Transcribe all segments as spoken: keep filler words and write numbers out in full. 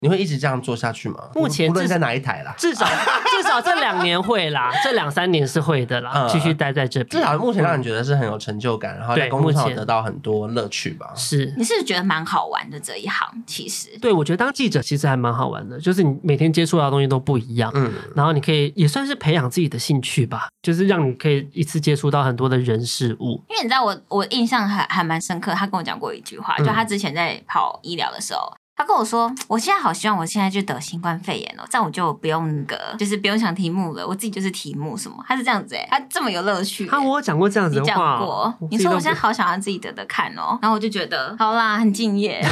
你会一直这样做下去吗？ 目前无论在哪一台啦， 至少至少这两年会啦，这两三年是会的啦，继、嗯、续待在这边。 至少目前让你觉得是很有成就感，然后在工作上有得到很多乐趣吧？ 是， 你是不是觉得蛮好玩的这一行？其实， 对，我觉得当记者其实还蛮好玩的，就是你每天接触到的东西都不一样，嗯，然后你可以也算是培养自己的兴趣吧，就是让你可以一次接触到很多的人事物。 因为你知道我我印象还还蛮深刻，他跟我讲过一句话，就他之前在跑医疗的时候。他跟我说，我现在好希望我现在就得新冠肺炎哦，这样我就不用那个，就是不用想题目了，我自己就是题目什么。他是这样子哎，他这么有乐趣。 他我有讲过这样子的话， 你讲过，你说我现在好想让自己得得看哦，然后我就觉得好啦，很敬业。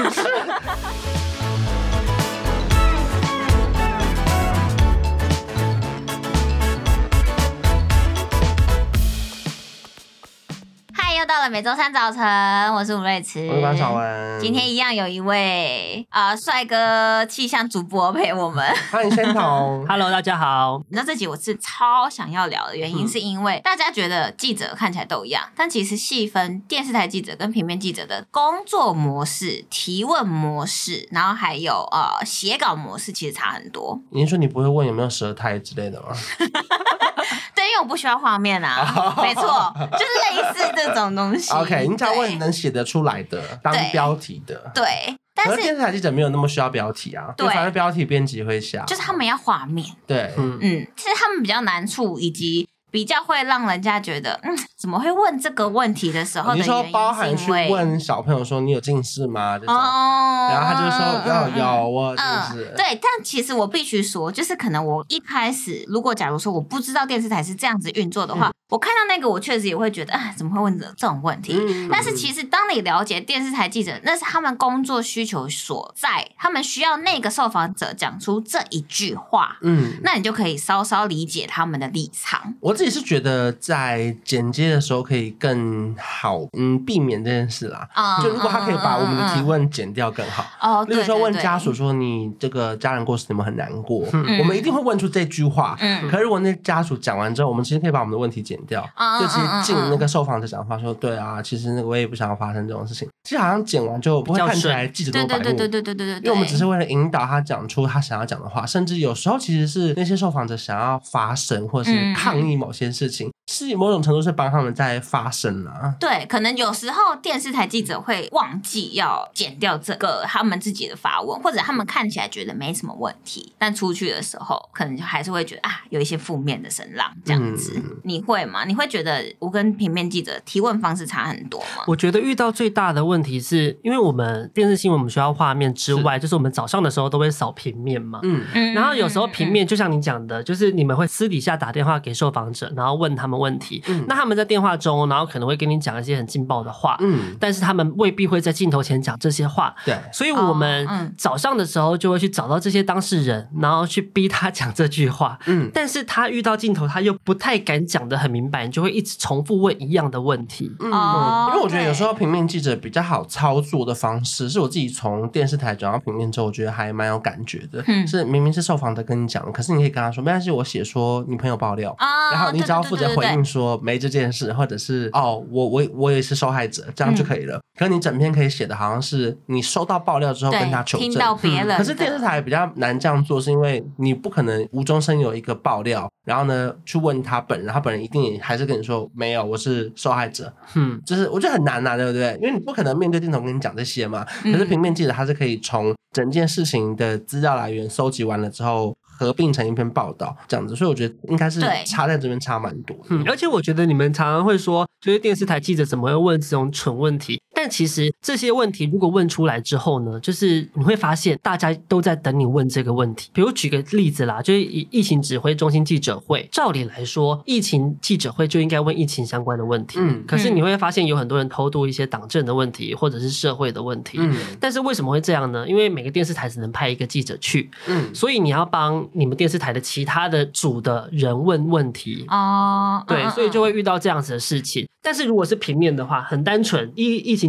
又到了每周三早晨，我是吴瑞慈， 我是关韶文。 今天一样有一位呃帅哥气象主播陪我们， 欢迎仙童。 Hello， 大家好。 那这集我是超想要聊的原因，是因为大家觉得记者看起来都一样，但其实细分电视台记者跟平面记者的工作模式、提问模式，然后还有呃写稿模式，其实差很多。 你说你不会问有没有舌苔之类的吗？ 对，因为我不需要画面啊，没错，就是类似这种东西。 OK， 你只要问能写得出来的，当标题的， 对。但是电视台记者没有那么需要标题啊，对，反正标题编辑会下， 就是他们要画面。 对， 嗯嗯，其实他们比较难处，以及比较会让人家觉得，嗯，怎么会问这个问题的时候的原因是因为， 你说包含去问小朋友说你有近视吗？这种，哦，然后他就说要有我近视。 对，但其实我必须说，就是可能我一开始，如果假如说我不知道电视台是这样子运作的话。嗯，我看到那个，我确实也会觉得，啊，怎么会问这这种问题？嗯，但是其实当你了解电视台记者，那是他们工作需求所在，他们需要那个受访者讲出这一句话，嗯，那你就可以稍稍理解他们的立场。 我自己是觉得在剪接的时候可以更好，嗯，避免这件事啦。嗯，就如果他可以把我们的提问剪掉更好。哦，嗯，例如说问家属说你这个家人过世，你们很难过，嗯，我们一定会问出这句话。嗯，可是如果那家属讲完之后，我们其实可以把我们的问题剪掉，就直接进那个受访者讲话说，对啊，其实那个我也不想要发生这种事情。其实好像剪完就不会看起来记者多白目， 对对对对对对对， 因为我们只是为了引导他讲出他想要讲的话，甚至有时候其实是那些受访者想要发声或是抗议某些事情，嗯，是某种程度是帮他们在发声啦。 对，可能有时候电视台记者会忘记要剪掉这个他们自己的发问，或者他们看起来觉得没什么问题，但出去的时候可能就还是会觉得啊，有一些负面的声浪这样子。嗯，你会吗？你会觉得我跟平面记者提问方式差很多吗？ 我觉得遇到最大的问题是因为我们电视新闻我们需要画面之外，是就是我们早上的时候都会扫平面嘛，嗯，然后有时候平面就像你讲的，就是你们会私底下打电话给受访者，然后问他们问题，嗯，那他们在电话中，然后可能会跟你讲一些很劲爆的话，嗯，但是他们未必会在镜头前讲这些话， 对， 所以我们早上的时候就会去找到这些当事人，然后去逼他讲这句话，嗯，但是他遇到镜头他又不太敢讲得很明白，你就会一直重复问一样的问题。 嗯，因为我觉得有时候平面记者比较好操作的方式，是我自己从电视台转到平面之后，我觉得还蛮有感觉的。嗯，是明明是受访者跟你讲，可是你可以跟他说，没关系，我写说你朋友爆料，哦，然后你只要负责回应说没这件事，或者是哦，我我我也是受害者，这样就可以了。嗯，可是你整篇可以写的好像是你收到爆料之后跟他求证， 听到别人，嗯， 可是电视台比较难这样做，是因为你不可能无中生有一个爆料，然后呢去问他本人，他本人一定也还是跟你说没有，我是受害者。嗯，就是我觉得很难啊，对不对？因为你不可能面对镜头跟你讲这些嘛。可是平面记者他是可以从整件事情的资料来源收集完了之后，合并成一篇报道这样子，所以我觉得应该是差在这边差蛮多的。 嗯，而且我觉得你们常常会说，就是电视台记者怎么会问这种蠢问题？但其实这些问题如果问出来之后呢，就是你会发现大家都在等你问这个问题。比如举个例子啦，就是以疫情指挥中心记者会，照理来说，疫情记者会就应该问疫情相关的问题。嗯，可是你会发现有很多人偷渡一些党政的问题，或者是社会的问题。嗯，但是为什么会这样呢？因为每个电视台只能派一个记者去。嗯，所以你要帮你们电视台的其他的组的人问问题。哦，对，所以就会遇到这样子的事情。但是如果是平面的话，很单纯，疫疫情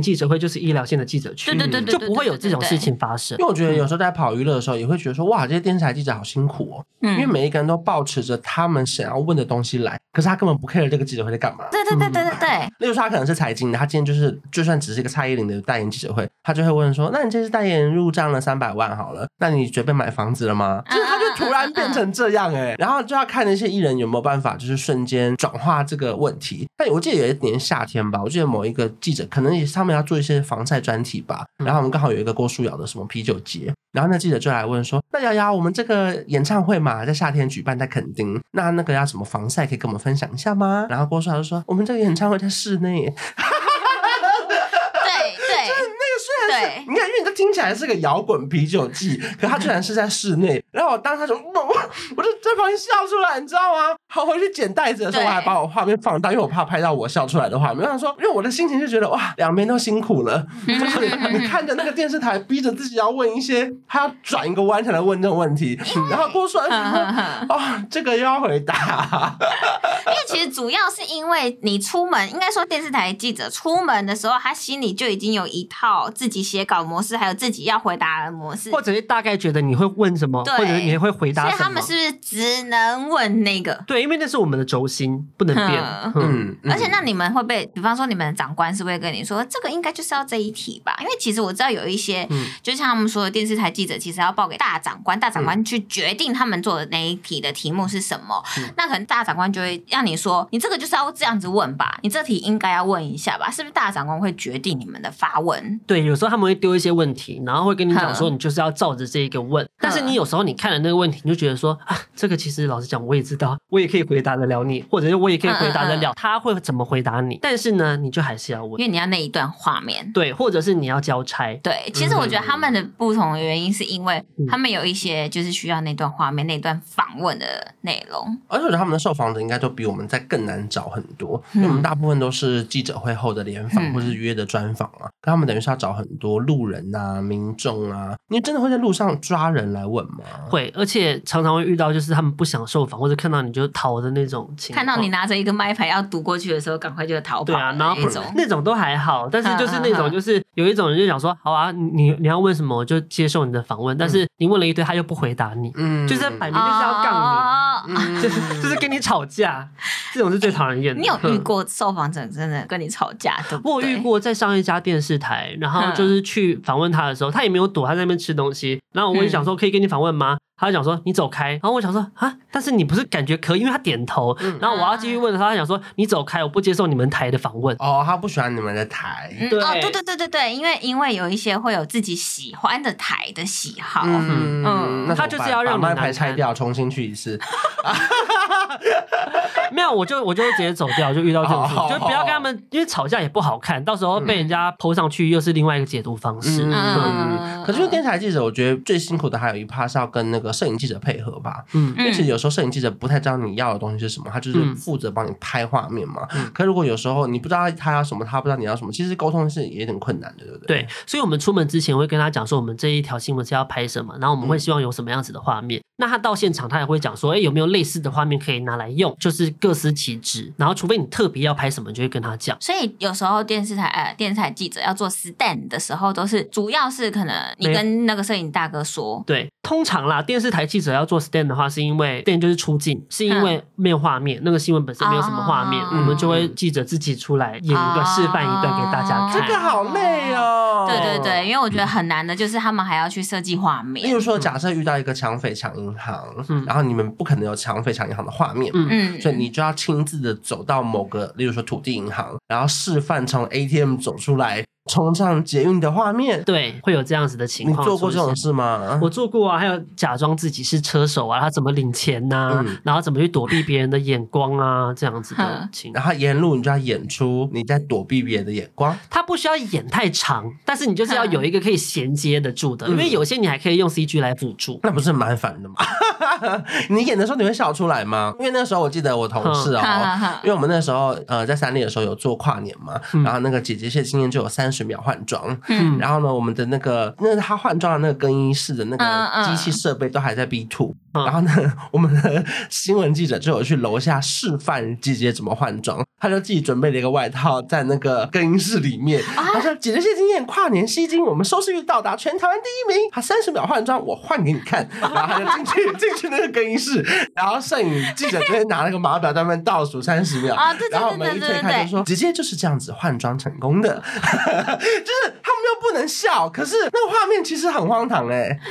记者会就是医疗线的记者去， 对对对对， 就不会有这种事情发生。 因为我觉得有时候在跑娱乐的时候，也会觉得说，哇，这些电视台记者好辛苦哦，嗯、因为每一个人都抱持着他们想要问的东西来，可是他根本不 care 这个记者会在干嘛。 对对对对对对。 例如说他可能是财经的，他今天就是就算只是一个蔡依林的代言记者会，他就会问说，那你这次代言入账了三百万好了，那你准备买房子了吗？就是他就突然变成这样哎、欸，然后就要看那些艺人有没有办法，就是瞬间转化这个问题。但我记得有一年夏天吧，我记得某一个记者可能也他们要做一些防晒专题吧，然后我们刚好有一个郭书瑶的什么啤酒节，然后那记者就来问说，那瑶瑶我们这个演唱会嘛，在夏天举办在垦丁，那那个要什么防晒可以跟我们分享一下吗？然后郭书瑶就说，我们这个演唱会在室内。 对， 你看，因为你这听起来是个摇滚啤酒季，可它居然是在室内。然后我当时就，我我就在旁边笑出来，你知道吗？好，回去捡袋子的时候，我还把我画面放大，因为我怕拍到我笑出来的画面。我想说，因为我的心情就觉得哇，两边都辛苦了，就是你看着那个电视台，逼着自己要问一些，他要转一个弯才能问这种问题，然后郭书瑶说，哦，这个又要回答。 因为其实主要是因为你出门，应该说电视台记者出门的时候，他心里就已经有一套自己写稿模式，还有自己要回答的模式， 或者是大概觉得你会问什么，或者你会回答什么， 所以他们是不是只能问那个？ 对，因为那是我们的轴心，不能变。 嗯，嗯嗯而且那你们会被，比方说你们的长官是不是会跟你说，这个应该就是要这一题吧？因为其实我知道有一些，嗯、就像他们说的，电视台记者其实要报给大长官，大长官去决定他们做的那一题的题目是什么。嗯、那可能大长官就会让你说，你这个就是要这样子问吧，你这题应该要问一下吧？是不是大长官会决定你们的发问？ 对，有时候他们会丢一些问题，然后会跟你讲说，你就是要照着这一个问。但是你有时候你看了那个问题，你就觉得说啊，这个其实老实讲我也知道，我也可以回答得了你，或者是我也可以回答得了他会怎么回答你。但是呢，你就还是要问， 因为你要那一段画面。 对，或者是你要交差。 对，其实我觉得他们的不同的原因是因为他们有一些就是需要那段画面、那段访问的内容。 而且我觉得他们的受访者应该都比我们在更难找很多，因为我们大部分都是记者会后的联访、嗯、或是约的专访啊，可他们等于是要找很多路人啊、民众啊。你真的会在路上抓人来问吗？ 会，而且常常会遇到就是他们不想受访，或者看到你就逃的那种情况。 看到你拿着一个麦牌要读过去的时候，赶快就逃跑。 对啊，然后那种那种都还好，但是就是那种就是有一种人就想说，好啊，你你要问什么我就接受你的访问，但是你问了一堆他又不回答你，嗯，就是摆明就是要杠你，嗯、就是就是跟你吵架，这种是最讨人厌的。 你有遇过受访者真的跟你吵架对不对？ 我有遇过在上一家电视台，然后就是去访问他的时候，他也没有躲，他在那边吃东西，然后我也想说可以跟你访问吗？他就讲说你走开，然后我想说啊，但是你不是感觉可以，因为他点头，嗯、然后我要继续问他，他讲说你走开，我不接受你们台的访问。 哦，他不喜欢你们的台。 嗯、对哦，对对对对对，因为因为有一些会有自己喜欢的台的喜好， 嗯嗯，那他就是要让你把麦牌拆掉，重新去一次。 没有，我就我就会直接走掉，就遇到这种事，就不要跟他们，因为吵架也不好看，到时候被人家 po 上去又是另外一个解读方式。嗯嗯、可是电视台记者，我觉得最辛苦的还有一 part 是要跟那个摄影记者配合吧。嗯，因为其实有时候摄影记者不太知道你要的东西是什么，他就是负责帮你拍画面嘛。嗯、可是如果有时候你不知道他要什么，他不知道你要什么，其实沟通是也有点困难的，对不对？ 对，所以我们出门之前会跟他讲说，我们这一条新闻是要拍什么，然后我们会希望有什么样子的画面。嗯、那他到现场，他也会讲说，哎，有没有类似的画面可以拿来用？就是各司其职。然后，除非你特别要拍什么，就会跟他讲。 所以有时候电视台呃，电视台记者要做 stand 的时候，都是主要是可能你跟那个摄影大哥说。 对，通常啦，电视台记者要做 stand 的话，是因为 stand 就是出镜，是因为没有画面，嗯、那个新闻本身没有什么画面，嗯、我们就会记者自己出来演一个示范一段给大家看。 这个好累哦。 对对对，因为我觉得很难的就是他们还要去设计画面。 例如说，假设遇到一个抢匪抢银行，嗯、然后你们不可能有抢匪抢银行的画面，嗯，所以你就要亲自的走到某个，例如说土地银行，然后示范从 A T M 走出来冲上捷运的画面。 对，会有这样子的情况。 你做过这种事吗？ 我做过啊，还有假装自己是车手啊，他怎么领钱啊，嗯、然后怎么去躲避别人的眼光啊，这样子的情况。 然后沿路你就要演出你在躲避别人的眼光。 他不需要演太长，但是你就是要有一个可以衔接得住的，嗯、因为有些你还可以用 C G 来辅助。 那不是蛮烦的吗？你演的时候你会笑出来吗？因为那时候我记得我同事哦，嗯、因为我们那时候呃在三立的时候有做跨年嘛，嗯、然后那个姐姐谢金燕就有三十秒换装，嗯、然后呢我们的那个那她换装的那个更衣室的那个机器设备都还在 B 二，嗯、然后呢我们的新闻记者就有去楼下示范姐姐怎么换装， 他就自己准备了一个外套在那个更衣室里面，他说姐姐谢金燕跨年吸金，我们收视率到达全台湾第一名，他三十秒换装，我换给你看，然后他就进去进去那个更衣室，然后摄影记者就会拿那个码表在那边倒数三十秒， 啊，对对对对对对， 然后我们一推开就说姐姐就是这样子换装成功的，就是他们又不能笑，可是那个画面其实很荒唐哎、欸。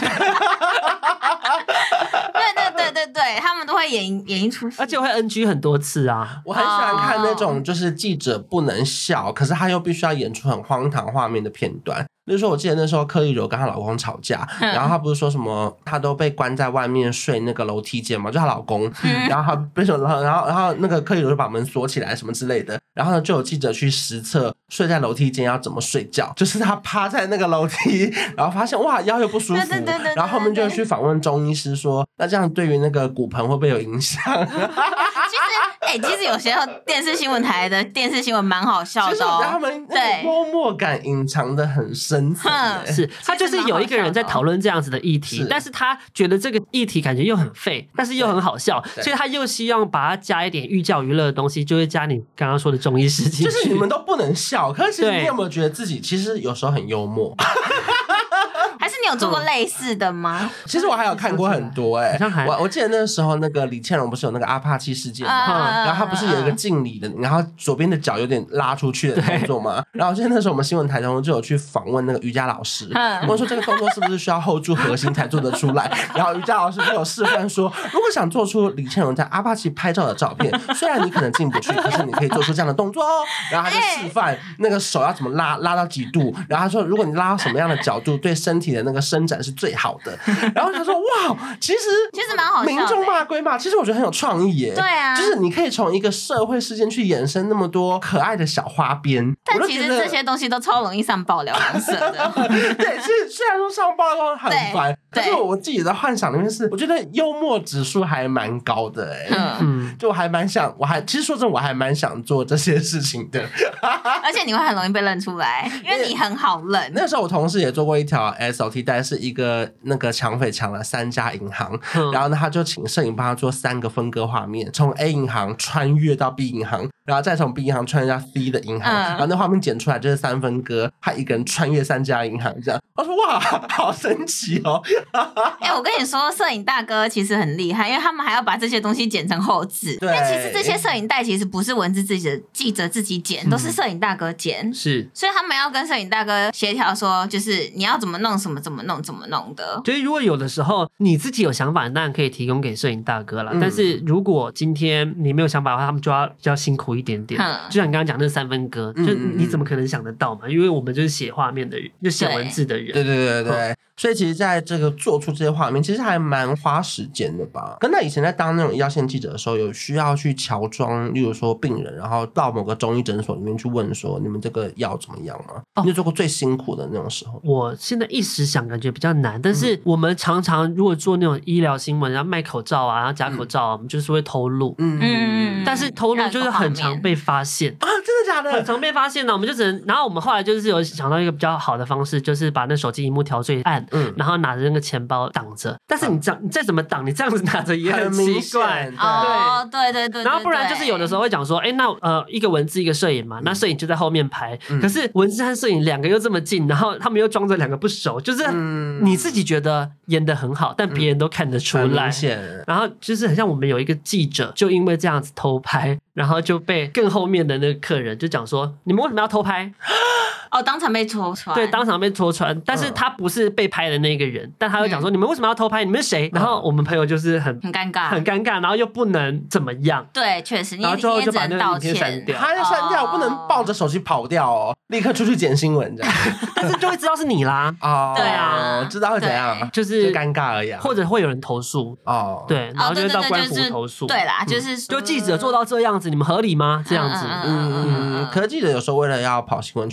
对对对对对，他们都会演演一出戏， 而且会 N G 很多次啊。 我很喜欢看那种就是记者不能笑，可是他又必须要演出很荒唐画面的片段。比如说我记得那时候柯以柔跟她老公吵架，然后她不是说什么她都被关在外面睡那个楼梯间嘛，就她老公，然后她被什么，然后然后那个柯以柔就把门锁起来什么之类的，然后呢就有记者去实测睡在楼梯间要怎么睡觉，就是她趴在那个楼梯，然后发现哇腰又不舒服， 对对对对， 然后后面就去访问中医师说，那这样对于那个骨盆会不会有影响？其实哎、欸，其实有些电视新闻台的电视新闻蛮好笑的、哦， 其实我觉得他们那个幽默感隐藏的很深层、欸， 是他就是有一个人在讨论这样子的议题，是但是他觉得这个议题感觉又很废，但是又很好笑，所以他又希望把它加一点寓教于乐的东西，就会加你刚刚说的中医事情， 就是你们都不能笑，可是其实你有没有觉得自己其实有时候很幽默？ 还是你有做过类似的吗？ 嗯、其实我还有看过很多哎、欸，我我记得那个时候那个李倩蓉不是有那个阿帕奇事件吗？嗯、然后他不是有一个敬礼的，然后左边的脚有点拉出去的动作吗？然后我记得那时候我们新闻台中就有去访问那个瑜伽老师，嗯、问说这个动作是不是需要 hold 住核心才做得出来？然后瑜伽老师就有示范说，如果想做出李倩蓉在阿帕奇拍照的照片，虽然你可能进不去，可是你可以做出这样的动作哦。然后他就示范那个手要怎么拉，拉到几度，然后他说如果你拉到什么样的角度，对身体的那个伸展是最好的。然后他说哇，其实其实蛮好笑的， 民众骂归骂，其实我觉得很有创意耶。 对啊， 就是你可以从一个社会事件去衍生那么多可爱的小花边。 但其实这些东西都超容易上爆料公社的。 对，是虽然说上爆料很烦，可是我自己的幻想里面是，我觉得幽默指数还蛮高的哎。嗯，就我还蛮想，我还其实说真的，我还蛮想做这些事情的。 而且你会很容易被认出来，因为你很好认。 那时候我同事也做过一条 S O T， 但是一个那个抢匪抢了三家银行，嗯、然后呢他就请摄影帮他做三个分割画面，从 A 银行穿越到 B 银行，然后再从 B 银行穿越到 C 的银行，嗯、然后那画面剪出来就是三分割，他一个人穿越三家银行这样。我说哇，好神奇哦！ 哎、欸，我跟你说，摄影大哥其实很厉害，因为他们还要把这些东西剪成后置。对，因为其实这些摄影带其实不是文字自己的记者自己剪，嗯、都是摄影大哥剪。 是， 所以他们要跟摄影大哥协调说，就是你要怎么弄什么，怎么弄，怎么弄的。 所以如果有的时候你自己有想法，当然可以提供给摄影大哥了。嗯、但是如果今天你没有想法的话，他们就要比较辛苦一点点。嗯、就像你刚刚讲那三分割，嗯、就你怎么可能想得到嘛？因为我们就是写画面的人，就写文字的人。 对对对对对。嗯、所以其实在这个做出这些画面，其实还蛮花时间的吧。跟那以前在当那种医药线记者的时候，有需要去乔装，例如说病人，然后到某个中医诊所里面去问说，你们这个药怎么样吗？哦、你有做过最辛苦的那种时候？ 我现在一时想感觉比较难，但是我们常常如果做那种医疗新闻，然后卖口罩啊，然后假口罩、啊，嗯、我们就是会偷录。嗯嗯，但是偷录就是很常被发现啊，真的假的？ 很常被发现呢，我们就只能，然后我们后来就是有想到一个比较好的方式，就是把那手机萤幕调最暗，嗯，然后拿着那个钱包挡着。但是你这样，你再怎么挡，你这样子拿着也很奇怪。 哦，对对对。 然后不然就是有的时候会讲说，哎，那呃一个文字一个摄影嘛，那摄影就在后面拍，嗯、可是文字和摄影两个又这么近，然后他们又装着两个不熟，就是你自己觉得演得很好，但别人都看得出来。 嗯、 然后就是很像我们有一个记者，就因为这样子偷拍，然后就被更后面的那个客人就讲说，你们为什么要偷拍？ 哦，当场被戳穿。 对，当场被戳穿，但是他不是被拍的那个人，嗯、但他会讲说，你们为什么要偷拍？你们是谁？然后我们朋友就是很很尴尬， 很尴尬，然后又不能怎么样。 对，确实， 然后最后就把那个影片删掉。 他要删掉，我不能抱着手机跑掉哦，立刻出去剪新闻这样。 但是就会知道是你啦。 哦， 对啊， 知道会怎样？ 就是尴尬而已啊。 或者会有人投诉哦，对，然后就会到官府投诉。 对啦，就是就记者做到这样子，你们合理吗？这样子， 嗯嗯嗯。可是记者有时候为了要跑新闻，确实是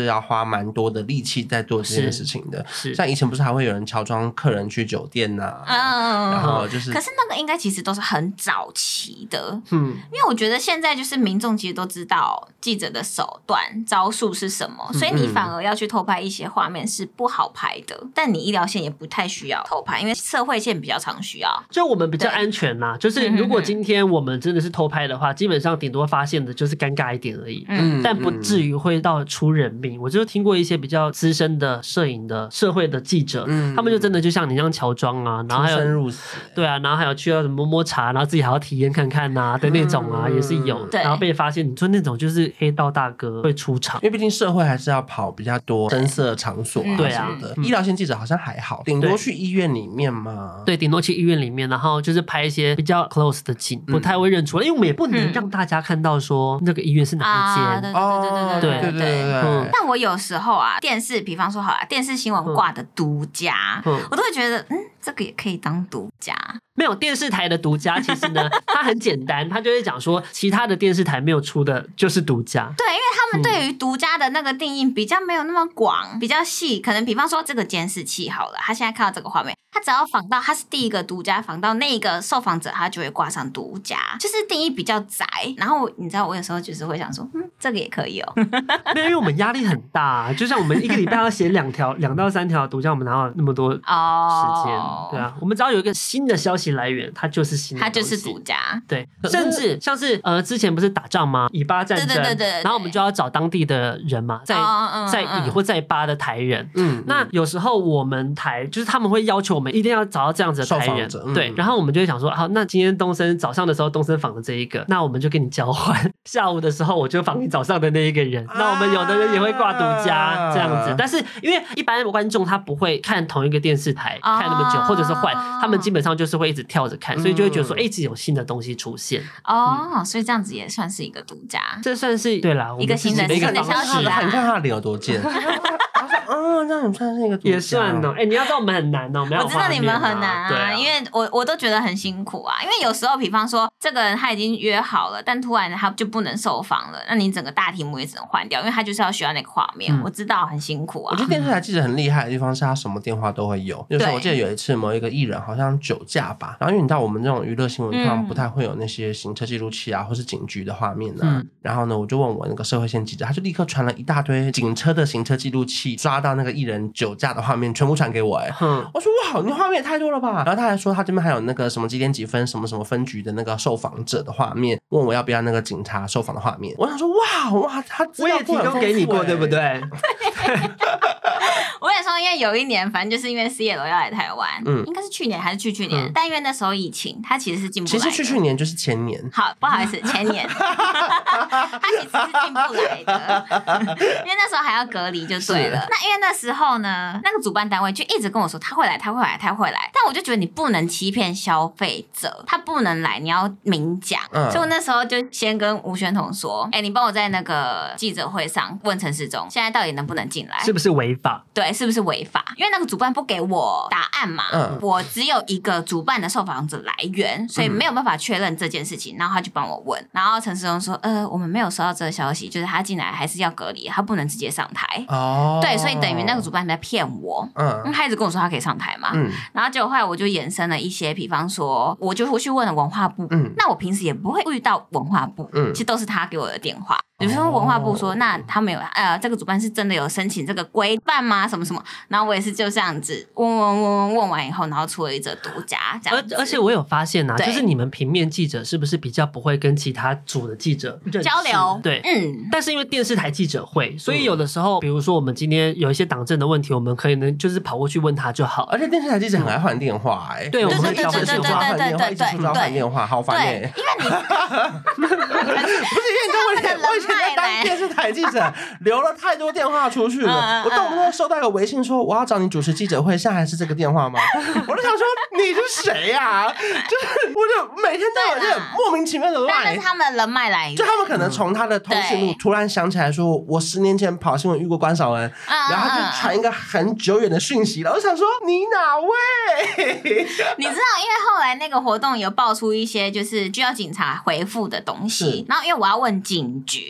要花蛮多的力气在做这件事情的。像以前不是还会有人乔装客人去酒店呐、啊，嗯，然后就是， 可是那个应该其实都是很早期的，嗯，因为我觉得现在就是民众其实都知道记者的手段招数是什么，所以你反而要去偷拍一些画面是不好拍的，嗯、但你医疗线也不太需要偷拍，因为社会线比较常需要， 就我们比较安全啦。就是如果今天我们真的是偷拍的话，基本上顶多发现的就是尴尬一点而已，嗯，但不至于会到出人命。我就听过一些比较资深的摄影的社会的记者，嗯，他们就真的就像你这样乔装啊，然后还有出生入死， 对啊，然后还有去要摸摸茶，然后自己还要体验看看呐、啊、的那种啊，嗯、也是有，然后被发现，你说那种就是黑道大哥会出场， 因为毕竟社会还是要跑比较多深色场所啊什么的。嗯、医疗线记者好像还好，顶多去医院里面嘛， 对，顶多去医院里面，然后就是拍一些比较 close 的景，不太会认出来，因为我们也不能让大家看到说那个医院是哪一间。 啊、对对对对对对对对。嗯、但我有时候啊，电视，比方说好了，电视新闻挂的独家，嗯、我都会觉得，嗯，这个也可以当独家。 没有电视台的独家，其实呢，它很简单，它就会讲说，其他的电视台没有出的就是独家。 对，因为他们对于独家的那个定义比较没有那么广，比较细。可能比方说这个监视器好了，他现在看到这个画面，他只要访到他是第一个独家，访到那个受访者，他就会挂上独家，就是定义比较窄。然后你知道，我有时候就是会想说，嗯，这个也可以哦。 没有，因为我们压力很大，就像我们一个礼拜要写两条、两到三条独家，我们哪有那么多时间？哦、对啊，我们只要有一个新的消息来源，它就是新的， 它就是独家。 对，甚至像是呃，之前不是打仗吗？以巴战争， 对对对 对, 对， 然后我们就要找当地的人嘛，在、哦、在以或在巴的台人。嗯，那有时候我们台就是他们会要求我们一定要找到这样子的台人，嗯、对，然后我们就会想说，好，那今天东森早上的时候东森访的这一个，那我们就跟你交换，下午的时候我就访你早上的那一个人，啊、那我们有的人也会挂独家这样子，但是因为一般观众他不会看同一个电视台、啊、看那么久，或者是换，他们基本上就是会一直跳着看，所以就会觉得说，哎、嗯，一直有新的东西出现哦、嗯，所以这样子也算是一个独家， 这算是对啦， 一个新的新的消息啊！你看他的脸有多贱。嗯，这样也算是一个也算哦。哎、欸，你要知道我们很难哦，我们要、啊、 我知道你们很难啊，对啊，因为我我都觉得很辛苦啊。因为有时候，比方说这个人他已经约好了，但突然他就不能受访了，那你整个大题目也只能换掉，因为他就是要需要那个画面。嗯、我知道很辛苦啊。 我觉得电视台记者很厉害的地方是他什么电话都会有。就是我记得有一次某一个艺人好像酒驾吧，然后因为你知道我们这种娱乐新闻通常不太会有那些行车记录器啊，或是警局的画面啊。嗯、然后呢，我就问我那个社会线记者，他就立刻传了一大堆警车的行车记录器抓到那个艺人酒驾的画面，全部传给我。哎、欸，嗯、我说哇，你画面也太多了吧？然后他还说他这边还有那个什么几点几分什么什么分局的那个受访者的画面，问我要不要那个警察受访的画面。我想说哇哇，他我也提供给你过，对不对？ 我跟你说，因为有一年，反正就是因为 C L 要来台湾，嗯，应该是去年还是去去年，嗯、但因为那时候疫情，他其实是进不来的。 其实去去年就是前年。 好，不好意思，前年，他其实是进不来的，因为那时候还要隔离就对了。那因为那时候呢，那个主办单位就一直跟我说他会来，他会来，他会来，但我就觉得你不能欺骗消费者，他不能来，你要明讲。嗯、所以我那时候就先跟吴宣彤说，哎、欸，你帮我在那个记者会上问陈时中，现在到底能不能进来， 是不是违法？ 对，是不是违法？因为那个主办不给我答案嘛，嗯、我只有一个主办的受访者来源，所以没有办法确认这件事情。然后他就帮我问，然后陈时中说，呃，我们没有收到这个消息，就是他进来还是要隔离，他不能直接上台。哦，对，所以等于那个主办在骗我。嗯，因为他一直跟我说他可以上台嘛。嗯，然后结果后来我就衍生了一些，比方说，我就会去问了文化部。嗯，那我平时也不会遇到文化部，嗯，其实都是他给我的电话。比如说文化部说，那他们有呃，这个主办是真的有申请这个规范吗？什么什么？然后我也是就这样子问问问问问完以后，然后出了一则独家这样子。 而而且我有发现啊，就是你们平面记者是不是比较不会跟其他组的记者交流？ 对，嗯。但是因为电视台记者会，所以有的时候，比如说我们今天有一些党政的问题，我们可以呢就是跑过去问他就好。 而且电视台记者很爱换电话，哎， 对，我们会调换电话，换电话，一直出招换电话，好烦哎。因为你不是因为你知道我以前在当电视台记者留了太多电话出去了，我动不动收到个微信说我要找你主持记者会，现在还是这个电话吗？我就想说你是谁呀、啊？就是我就每天都有这种莫名其妙的 line， 但是他们人脉来源， 就他们可能从他的通讯录突然想起来说，我十年前跑新闻遇过关韶文，然后他就传一个很久远的讯息了。我想说你哪位？ 你知道，因为后来那个活动有爆出一些就是需要警察回复的东西，然后因为我要问警局。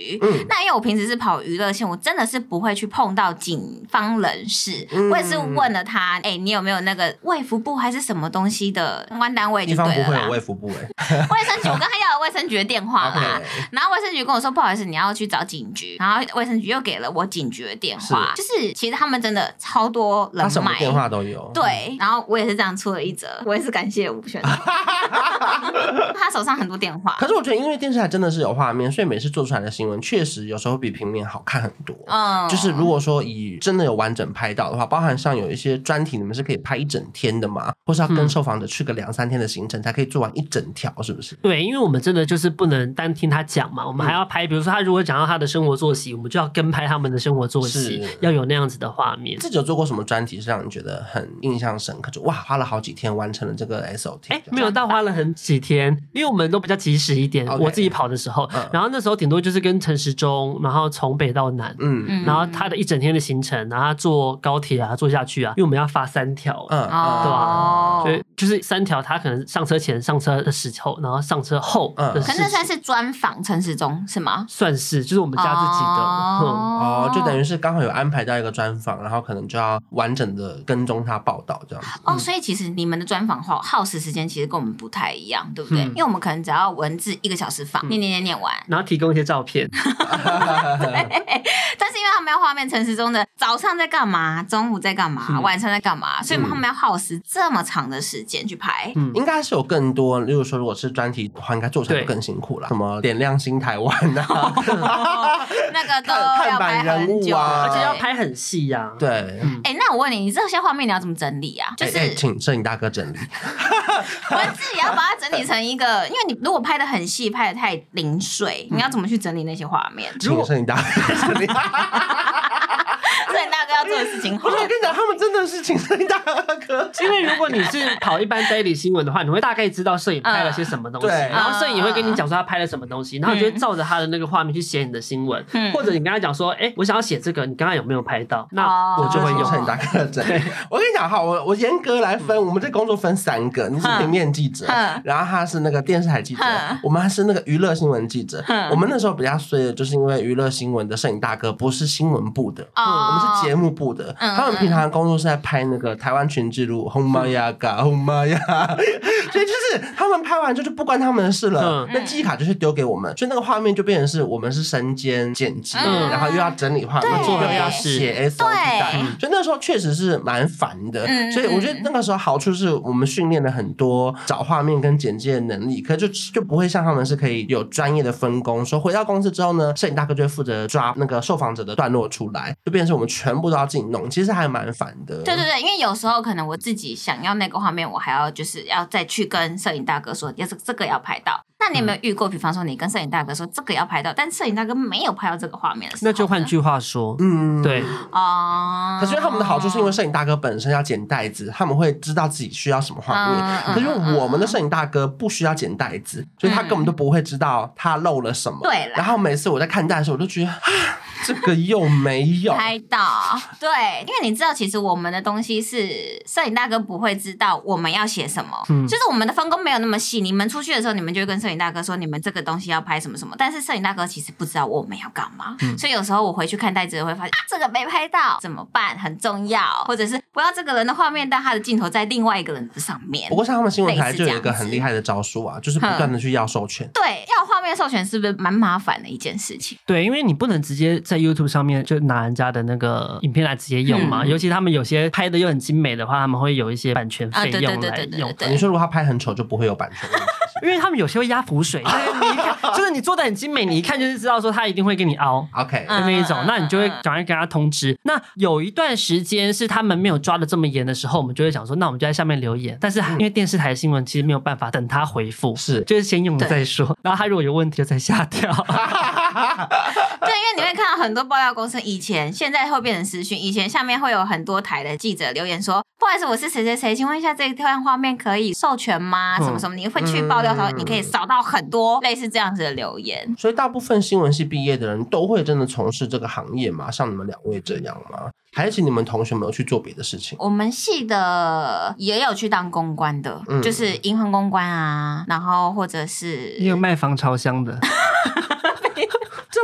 局。嗯，那因为我平时是跑娱乐线，我真的是不会去碰到警方人士。嗯、我也是问了他，哎、欸，你有没有那个卫福部还是什么东西的相关单位就对了啦。 地方不会有卫福部哎、欸， 卫生局我跟他要了卫生局的电话啦， okay. 然后卫生局跟我说不好意思，你要去找警局，然后卫生局又给了我警局的电话，是就是其实他们真的超多人脉，他什么电话都有。 对，然后我也是这样出了一则，我也是感谢吴轩。他手上很多电话， 可是我觉得因为电视台真的是有画面，所以每次做出来的新闻确实有时候比平面好看很多。嗯，就是如果说以真的有完整拍到的话，包含像有一些专题，你们是可以拍一整天的嘛，或是要跟受访者去个两三天的行程、嗯、才可以做完一整条，是不是？ 对，因为我们真的就是不能单听他讲嘛，我们还要拍，比如说他如果讲到他的生活作息，我们就要跟拍他们的生活作息，要有那样子的画面。 自己有做过什么专题是让你觉得很印象深刻，就哇花了好几天完成了这个 S O T？ 哎、 欸，没有到花了很几天，因为我们都比较及时一点。Okay. 我自己跑的时候、嗯，然后那时候顶多就是跟陈时中，然后从北到南，嗯，然后他的一整天的行程，然后他坐高铁啊，坐下去啊，因为我们要发三条，嗯，对吧？所以就是三条，他可能上车前、上车的时候，然后上车后的事情。 可是那算是专访陈时中是吗？ 算是，就是我们家自己的，哦， 嗯、哦就等于是刚好有安排到一个专访，然后可能就要完整的跟踪他报道这样子。 哦，所以其实你们的专访耗耗时时间其实跟我们不太一样，对不对？嗯、因为我们可能只要文字一个小时访，嗯、念念念念完， 然后提供一些照片。 对，但是因为他们要画面陈时中的早上在干嘛，中午在干嘛，嗯、晚上在干嘛，所以他们要耗时这么长的时间去拍。 嗯，应该是有更多，例如说如果是专题的话，应该做起来更辛苦了。什么点亮新台湾啊， 哦、那个都要拍很久， 啊、而且要拍很细呀、啊。 对， 哎、嗯欸，那我问你，你这些画面你要怎么整理啊？就是、欸欸、 请摄影大哥整理。 文字也要把它整理成一个，因为你如果拍的很细，拍的太零碎，你要怎么去整理那些画面？ 请摄影大哥整理。 摄影大哥要做的事情好。 不是，我跟你讲，他们真的是请摄影大哥。 因为如果你是跑一般 daily 新闻的话，你会大概知道摄影拍了些什么东西，嗯、然后摄影也会跟你讲说他拍了什么东西，然后你就会照着他的那个画面去写你的新闻，嗯、或者你跟他讲说，哎、欸，我想要写这个，你刚刚有没有拍到？那我就会用摄影大哥整理。我跟你讲哈，我我严格来分，我们这工作分三个，你是平面记者，嗯、然后他是那个电视台记者，嗯、我们还是那个娱乐新闻记者。嗯、我们那时候比较衰的，就是因为娱乐新闻的摄影大哥不是新闻部的，嗯、我们是节目部的，嗯、他们平常的工作是在拍那个台湾群之路，轰妈呀嘎轰妈呀，所以就是他们拍完之后就不关他们的事了，嗯、那记忆卡就是丢给我们，所以那个画面就变成是我们是身兼剪辑，嗯、然后又要整理画面，又要写 S O T 带，所以那时候确实是蛮烦的。嗯、所以我觉得那个时候好处是我们训练了很多找画面跟剪辑的能力，可是就就不会像他们是可以有专业的分工，说回到公司之后呢，摄影大哥就会负责抓那个受访者的段落出来，就变成是我们全部都要自己弄，其实还蛮烦的。 对对对，因为有时候可能我自己想要那个画面，我还要就是要再去跟摄影大哥说，要是这个要拍到。那你有没有遇过，比方说你跟摄影大哥说这个要拍到，但摄影大哥没有拍到这个画面的时候， 那就换句话说，嗯，对哦。 可是因为他们的好处是因为摄影大哥本身要剪带子，他们会知道自己需要什么画面。嗯、可是我们的摄影大哥不需要剪带子，所以他根本都不会知道他漏了什么。 对了。 然后每次我在看带的时候，我就觉得啊，这个又没有拍到。对，因为你知道，其实我们的东西是摄影大哥不会知道我们要写什么，嗯、就是我们的分工没有那么细。你们出去的时候，你们就会跟摄影大哥说，你们这个东西要拍什么什么，但是摄影大哥其实不知道我们要干嘛，嗯、所以有时候我回去看带子会发现啊，这个没拍到，怎么办？很重要，或者是我要这个人的画面，但他的镜头在另外一个人的上面。 不过像他们新闻台就有一个很厉害的招数啊，就是不断的去要授权。 对，要画面授权是不是蛮麻烦的一件事情？ 对，因为你不能直接在 YouTube 上面就拿人家的那个影片来直接用嘛，嗯、尤其他们有些拍的又很精美的话，他们会有一些版权费用来用。 你说如果他拍很丑，就不会有版权问题。 因为他们有些会压浮水，就是你一看，就是你做的很精美，你一看就是知道说他一定会给你凹 ，OK 的那一种，那你就会赶快跟他通知。那有一段时间是他们没有抓的这么严的时候，我们就会想说，那我们就在下面留言。但是因为电视台的新闻其实没有办法等他回复，是就是先用了再说，然后他如果有问题就再下掉。 对，因为你会看到很多爆料公司，以前现在会变成私讯，以前下面会有很多台的记者留言说，不好意思，我是谁谁谁，请问一下这一段画面可以授权吗？嗯、什么什么，你会去爆料的时候，你可以扫到很多类似这样子的留言。 所以大部分新闻系毕业的人都会真的从事这个行业吗？像你们两位这样吗？还是你们同学们有去做别的事情？ 我们系的也有去当公关的，嗯、就是银行公关啊，然后或者是也有卖防潮箱的。 这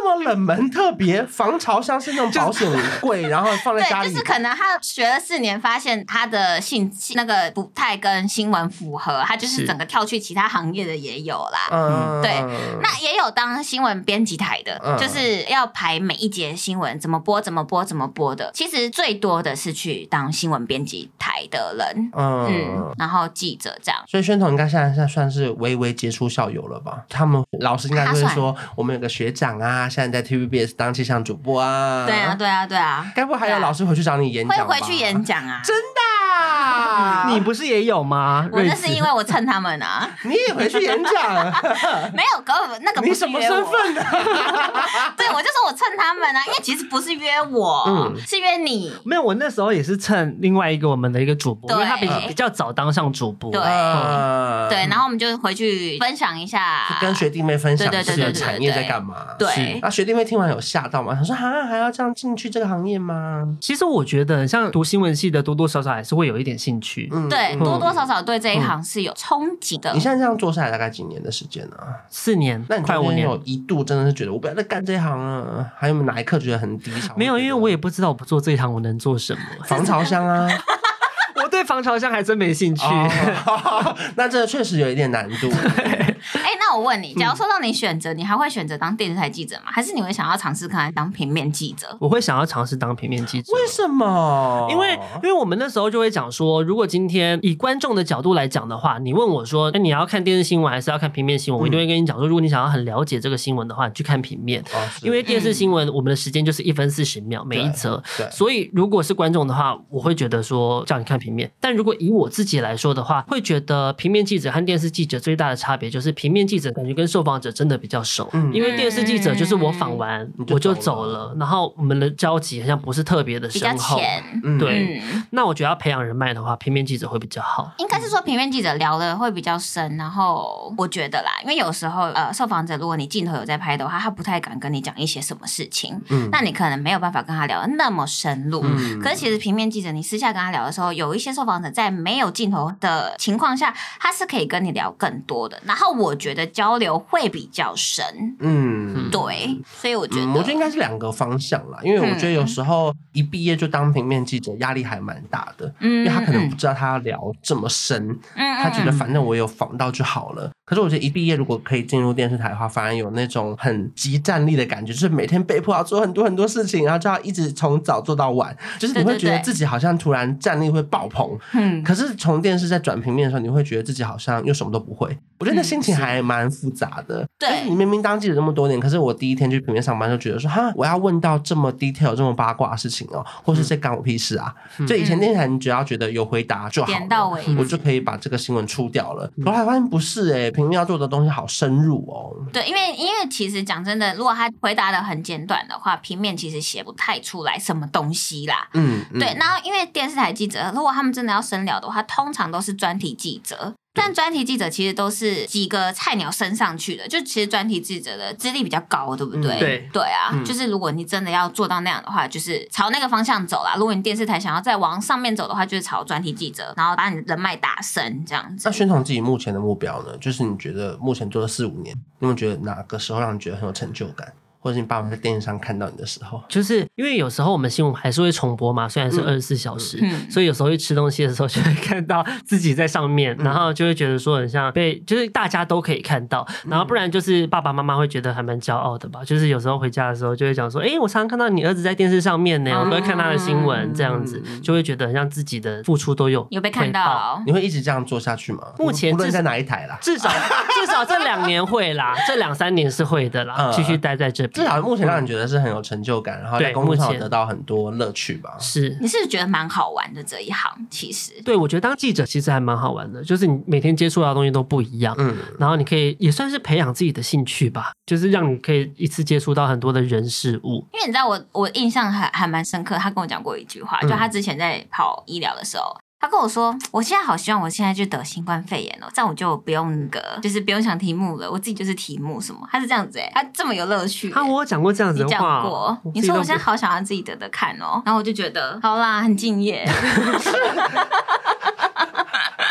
么冷门特别？防潮箱是那种保险柜，然后放在家里。 对，就是可能他学了四年，发现他的性那个不太跟新闻符合，他就是整个跳去其他行业的也有啦。嗯，对，那也有当新闻编辑台的，嗯、就是要排每一节新闻怎么播、怎么播、怎么播的。其实最多的是去当新闻编辑台的人，嗯，嗯然后记者这样。 所以宣统应该现在现在算是微微接触校友了吧？他们老师应该会说，我们有个学长啊，现在在 T V B S 当气象主播啊。 对啊，对啊，对啊。 该不会还有老师回去找你演讲吧？ 会回去演讲啊？ 真的、啊？ 你不是也有吗？ 我那是因为我蹭他们啊。 你也回去演讲？ 没有，哥，那个不是约我。 你什么身份啊？对，我就说我蹭他们啊，因为其实不是约我，嗯、是约你。 没有，我那时候也是蹭另外一个我们的一个主播，因为他比比较早当上主播。 对、嗯、对，然后我们就回去分享一下， 跟学弟妹分享这个产业在干嘛。 对， 那学弟妹听完有吓到吗？他说啊，还要这样进去这个行业吗？ 其实我觉得像读新闻系的多多少少还是会有一点兴趣。 嗯，对，多多少少对这一行是有憧憬的。 你现在这样做下来大概几年的时间呢、啊？ 四年， 那你快五年。 有一度真的是觉得我不要再干这一行了？还有没有哪一刻觉得很低潮？ 没有，因为我也不知道我不做这一行我能做什么。 防潮箱啊。 我对防潮箱还真没兴趣、 哦、那这确实有一点难度。 哎、欸，那我问你，假如说让你选择、嗯，你还会选择当电视台记者吗？还是你会想要尝试看看当平面记者？ 我会想要尝试当平面记者。 为什么？ 因为因为我们那时候就会讲说，如果今天以观众的角度来讲的话，你问我说，哎，你要看电视新闻还是要看平面新闻？嗯、我一定会跟你讲说，如果你想要很了解这个新闻的话，你去看平面，哦、因为电视新闻、嗯、我们的时间就是一分四十秒每一则，所以如果是观众的话，我会觉得说叫你看平面。但如果以我自己来说的话，会觉得平面记者和电视记者最大的差别就是平面记者感觉跟受访者真的比较熟，嗯、因为电视记者就是我访完、嗯、我就走了，然后我们的交集好像不是特别的深厚，对、嗯。那我觉得要培养人脉的话，平面记者会比较好。 应该是说平面记者聊的会比较深，然后我觉得啦，因为有时候呃，受访者如果你镜头有在拍的话，他不太敢跟你讲一些什么事情，嗯，那你可能没有办法跟他聊的那么深入。嗯、可是其实平面记者你私下跟他聊的时候，有一些受访者在没有镜头的情况下，他是可以跟你聊更多的，然后我觉得交流会比较深。嗯，对，所以我觉得、嗯、 我觉得应该是两个方向啦，因为我觉得有时候一毕业就当平面记者压力还蛮大的，嗯，因为他可能不知道他要聊这么深，嗯，他觉得反正我有访到就好了。可是我觉得一毕业如果可以进入电视台的话，反而有那种很极战力的感觉，就是每天被迫要做很多很多事情，然后就要一直从早做到晚，就是你会觉得自己好像突然战力会爆棚。嗯，可是从电视在转平面的时候，你会觉得自己好像又什么都不会。我觉得那心情还蛮复杂的。对，你明明当记者这么多年，可是我第一天去平面上班就觉得说，哈，我要问到这么 detail 这么八卦的事情哦，或是这干我屁事啊！嗯、就以前电视台你只要觉得有回答就好了，点到为止，我就可以把这个新闻出掉了。后来发现不是哎、欸，平面要做的东西好深入哦。 对，因为因为其实讲真的，如果他回答的很简短的话，平面其实写不太出来什么东西啦。嗯，嗯对。然后因为电视台记者，如果他们真的要深聊的话，通常都是专题记者。但专题记者其实都是几个菜鸟升上去的，就其实专题记者的资历比较高，对不对？嗯、对对啊、嗯，就是如果你真的要做到那样的话，就是朝那个方向走啦。如果你电视台想要再往上面走的话，就是朝专题记者，然后把你的人脉打深这样子。 那宣统自己目前的目标呢？就是你觉得目前做了四五年，你有没有觉得哪个时候让你觉得很有成就感？或者你爸妈在电视上看到你的时候， 就是因为有时候我们新闻还是会重播嘛，虽然是二十四小时、嗯，所以有时候去吃东西的时候就会看到自己在上面，嗯、然后就会觉得说很像被，就是大家都可以看到，然后不然就是爸爸妈妈会觉得还蛮骄傲的吧。就是有时候回家的时候就会讲说，哎、欸，我常常看到你儿子在电视上面呢，嗯、我都会看他的新闻，这样子就会觉得很像自己的付出都有有被看到。 你会一直这样做下去吗？ 目前无论在哪一台啦， 至少至少这两年会啦，这两三年是会的啦，继、嗯、续待在这边。 至少目前让你觉得。觉得是很有成就感，然后在工作上有得到很多乐趣吧。 是， 你是不是觉得蛮好玩的这一行？其实， 对，我觉得当记者其实还蛮好玩的，就是你每天接触到的东西都不一样，嗯，然后你可以也算是培养自己的兴趣吧，就是让你可以一次接触到很多的人事物。 因为你知道我，我印象还还蛮深刻，他跟我讲过一句话，就他之前在跑医疗的时候。他跟我说，我现在好希望我现在就得新冠肺炎哦，这样我就不用那个，就是不用想题目了，我自己就是题目什么。他是这样子哎、欸，他这么有乐趣、欸。 他我有讲过这样子的话，你讲过。你说我现在好想要自己得得看哦，然后我就觉得好啦，很敬业。 你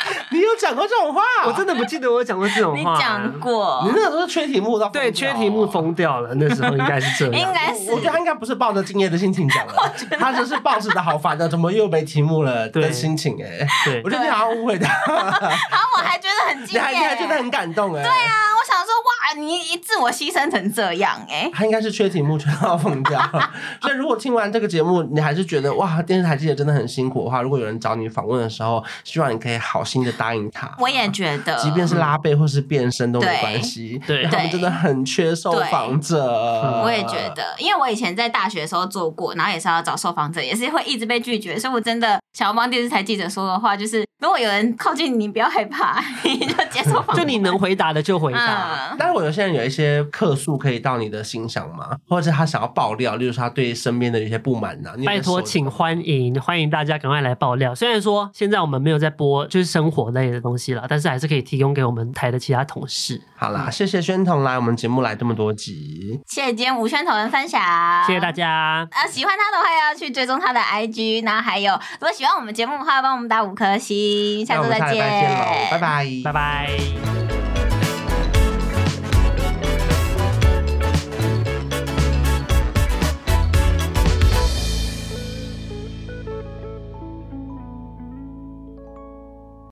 有讲过这种话？ 我真的不记得我有讲过这种话。 你讲过， 你那时候缺题目到对缺题目疯掉了，那时候应该是这样。 应该是， 我觉得他应该不是抱着敬业的心情讲的，他就是抱着的好烦的，怎么又没题目了的心情哎、欸。对，我觉得你好像误会他。 好，我还觉得很敬业、欸， 你还你还觉得很感动哎、欸。 对啊，我想说哇，你一自我牺牲成这样哎、欸。 他应该是缺题目缺到疯掉。所以如果听完这个节目，你还是觉得哇，电视台记者真的很辛苦的话，如果有人找你访问的时候，希望你可以好心的答应他。 我也觉得， 即便是拉背或是变身都没关系，对，他们真的很缺受访者。 我也觉得，因为我以前在大学的时候做过，然后也是要找受访者，也是会一直被拒绝，所以我真的想要帮电视台记者说的话，就是如果有人靠近你，不要害怕，你就接受访问， 就你能回答的就回答。 嗯、但是我有些人有一些客诉可以到你的信箱吗？或者是他想要爆料，例如说他对身边的一些不满呢、啊？ 拜托，请欢迎欢迎大家赶快来爆料。虽然说现在我们没有在播就是生活类的东西了，但是还是可以提供给我们台的其他同事。 好啦，谢谢宣彤来我们节目来这么多集， 谢谢今天吴宣彤的分享， 谢谢大家。 啊，喜欢他的话要去追踪他的 I G， 然后还有如果喜欢我们节目的话，帮我们打五颗星，下周再见， 再见喽，拜拜， 拜拜。